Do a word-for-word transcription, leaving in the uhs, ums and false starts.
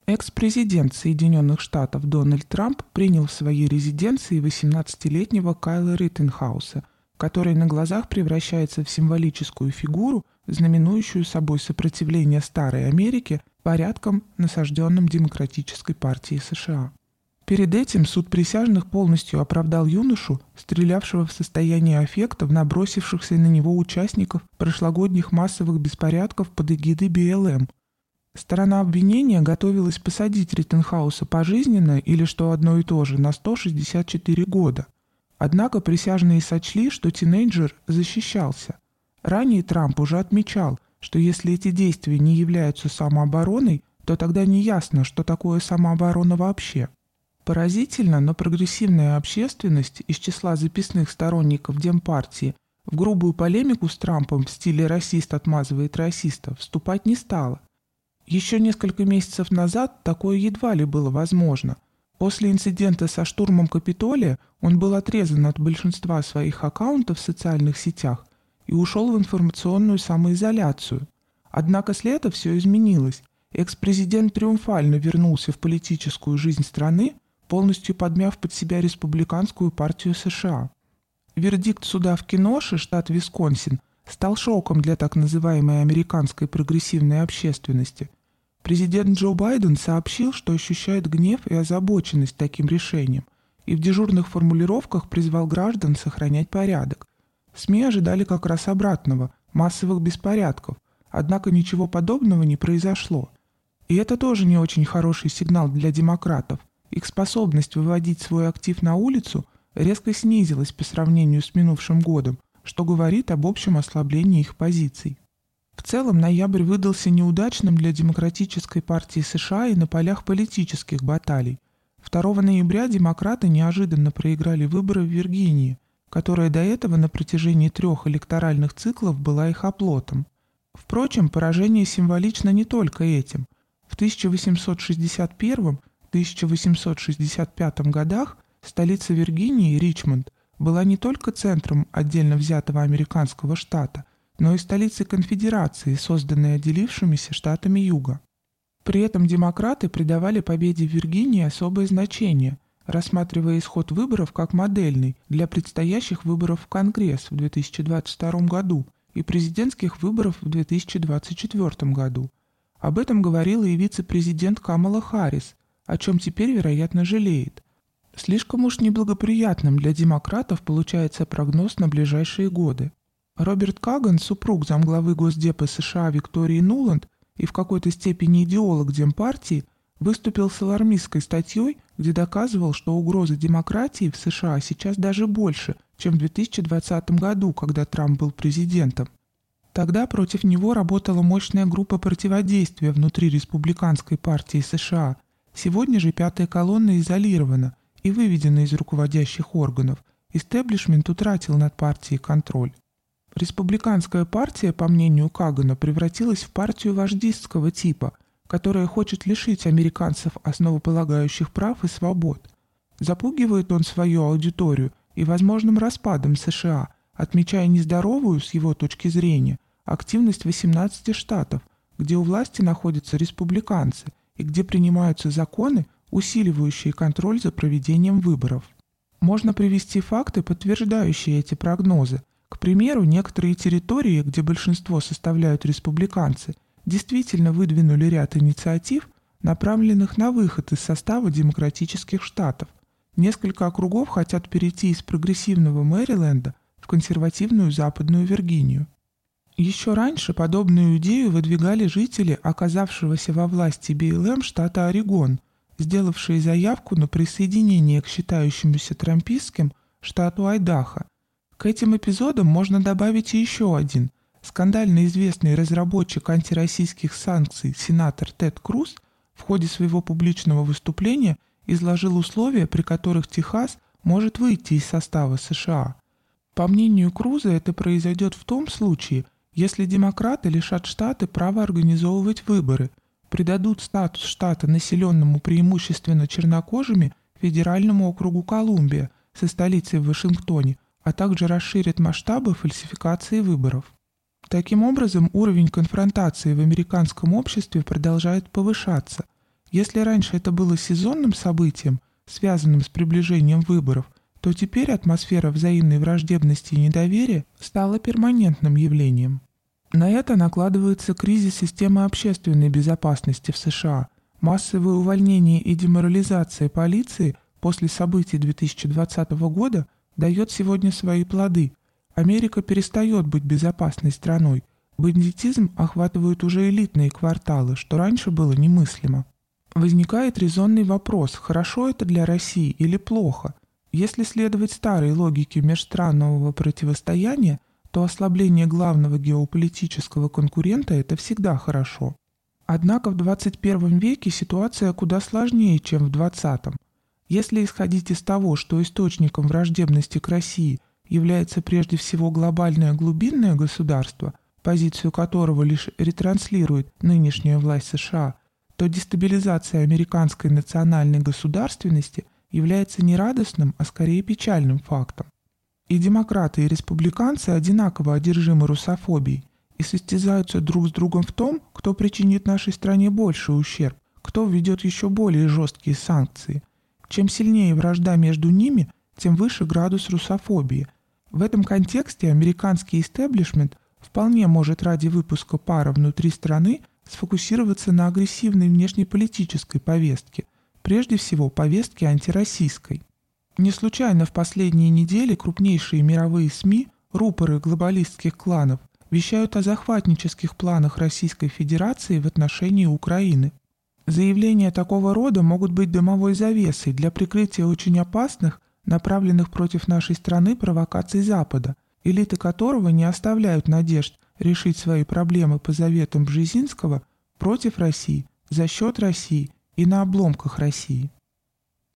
Экс-президент Соединенных Штатов Дональд Трамп принял в своей резиденции восемнадцатилетнего Кайла Риттенхауса, который на глазах превращается в символическую фигуру, знаменующую собой сопротивление Старой Америке порядкам, насажденным Демократической партией США. Перед этим суд присяжных полностью оправдал юношу, стрелявшего в состоянии аффекта в набросившихся на него участников прошлогодних массовых беспорядков под эгидой би эл эм. Сторона обвинения готовилась посадить Риттенхауса пожизненно или, что одно и то же, на сто шестьдесят четыре года. Однако присяжные сочли, что тинейджер защищался. Ранее Трамп уже отмечал, что если эти действия не являются самообороной, то тогда неясно, что такое самооборона вообще. Поразительно, но прогрессивная общественность из числа записных сторонников Демпартии в грубую полемику с Трампом в стиле «расист отмазывает расиста» вступать не стала. Еще несколько месяцев назад такое едва ли было возможно. После инцидента со штурмом Капитолия он был отрезан от большинства своих аккаунтов в социальных сетях и ушел в информационную самоизоляцию. Однако с лета все изменилось. Экс-президент триумфально вернулся в политическую жизнь страны, полностью подмяв под себя республиканскую партию США. Вердикт суда в Кеноши, штат Висконсин, стал шоком для так называемой американской прогрессивной общественности. Президент Джо Байден сообщил, что ощущает гнев и озабоченность таким решением, и в дежурных формулировках призвал граждан сохранять порядок. СМИ ожидали как раз обратного – массовых беспорядков, однако ничего подобного не произошло. И это тоже не очень хороший сигнал для демократов. Их способность выводить свой актив на улицу резко снизилась по сравнению с минувшим годом, что говорит об общем ослаблении их позиций. В целом, ноябрь выдался неудачным для Демократической партии США и на полях политических баталий. второго ноября демократы неожиданно проиграли выборы в Виргинии, которая до этого на протяжении трех электоральных циклов была их оплотом. Впрочем, поражение символично не только этим. В тысяча восемьсот шестьдесят первом — тысяча восемьсот шестьдесят пятом годах столица Виргинии, Ричмонд, была не только центром отдельно взятого американского штата, но и столицей конфедерации, созданной отделившимися штатами Юга. При этом демократы придавали победе в Виргинии особое значение, рассматривая исход выборов как модельный для предстоящих выборов в Конгресс в две тысячи двадцать втором году и президентских выборов в две тысячи двадцать четвёртом году. Об этом говорила и вице-президент Камала Харрис, о чем теперь, вероятно, жалеет. Слишком уж неблагоприятным для демократов получается прогноз на ближайшие годы. Роберт Каган, супруг замглавы Госдепа США Виктории Нуланд и в какой-то степени идеолог Демпартии, выступил с алармистской статьей, где доказывал, что угроза демократии в США сейчас даже больше, чем в две тысячи двадцатом году, когда Трамп был президентом. Тогда против него работала мощная группа противодействия внутри республиканской партии США. Сегодня же пятая колонна изолирована и выведена из руководящих органов. Истеблишмент утратил над партией контроль. Республиканская партия, по мнению Кагана, превратилась в партию вождистского типа, которая хочет лишить американцев основополагающих прав и свобод. Запугивает он свою аудиторию и возможным распадом США, отмечая нездоровую, с его точки зрения, активность восемнадцати штатов, где у власти находятся республиканцы и где принимаются законы, усиливающие контроль за проведением выборов. Можно привести факты, подтверждающие эти прогнозы. К примеру, некоторые территории, где большинство составляют республиканцы, действительно выдвинули ряд инициатив, направленных на выход из состава демократических штатов. Несколько округов хотят перейти из прогрессивного Мэриленда в консервативную Западную Виргинию. Еще раньше подобную идею выдвигали жители, оказавшегося во власти би эл эм штата Орегон, сделавшие заявку на присоединение к считающемуся трампистским штату Айдахо. К этим эпизодам можно добавить и еще один. Скандально известный разработчик антироссийских санкций сенатор Тед Круз в ходе своего публичного выступления изложил условия, при которых Техас может выйти из состава США. По мнению Круза, это произойдет в том случае, если демократы лишат штаты права организовывать выборы, придадут статус штата, населенному преимущественно чернокожими, федеральному округу Колумбия со столицей в Вашингтоне, а также расширят масштабы фальсификации выборов. Таким образом, уровень конфронтации в американском обществе продолжает повышаться. Если раньше это было сезонным событием, связанным с приближением выборов, то теперь атмосфера взаимной враждебности и недоверия стала перманентным явлением. На это накладывается кризис системы общественной безопасности в США, массовые увольнения и деморализация полиции после событий две тысячи двадцатого года дает сегодня свои плоды. Америка перестает быть безопасной страной, бандитизм охватывает уже элитные кварталы, что раньше было немыслимо. Возникает резонный вопрос, хорошо это для России или плохо? Если следовать старой логике межстранового противостояния, то ослабление главного геополитического конкурента – это всегда хорошо. Однако в двадцать первом веке ситуация куда сложнее, чем в двадцатом. Если исходить из того, что источником враждебности к России является прежде всего глобальное глубинное государство, позицию которого лишь ретранслирует нынешняя власть США, то дестабилизация американской национальной государственности является не радостным, а скорее печальным фактом. И демократы, и республиканцы одинаково одержимы русофобией и состязаются друг с другом в том, кто причинит нашей стране больший ущерб, кто введет еще более жесткие санкции. Чем сильнее вражда между ними, тем выше градус русофобии. В этом контексте американский истеблишмент вполне может ради выпуска пара внутри страны сфокусироваться на агрессивной внешнеполитической повестке, прежде всего повестке антироссийской. Не случайно в последние недели крупнейшие мировые СМИ, рупоры глобалистских кланов, вещают о захватнических планах Российской Федерации в отношении Украины. Заявления такого рода могут быть дымовой завесой для прикрытия очень опасных, направленных против нашей страны провокаций Запада, элиты которого не оставляют надежд решить свои проблемы по заветам Бжезинского против России, за счет России и на обломках России.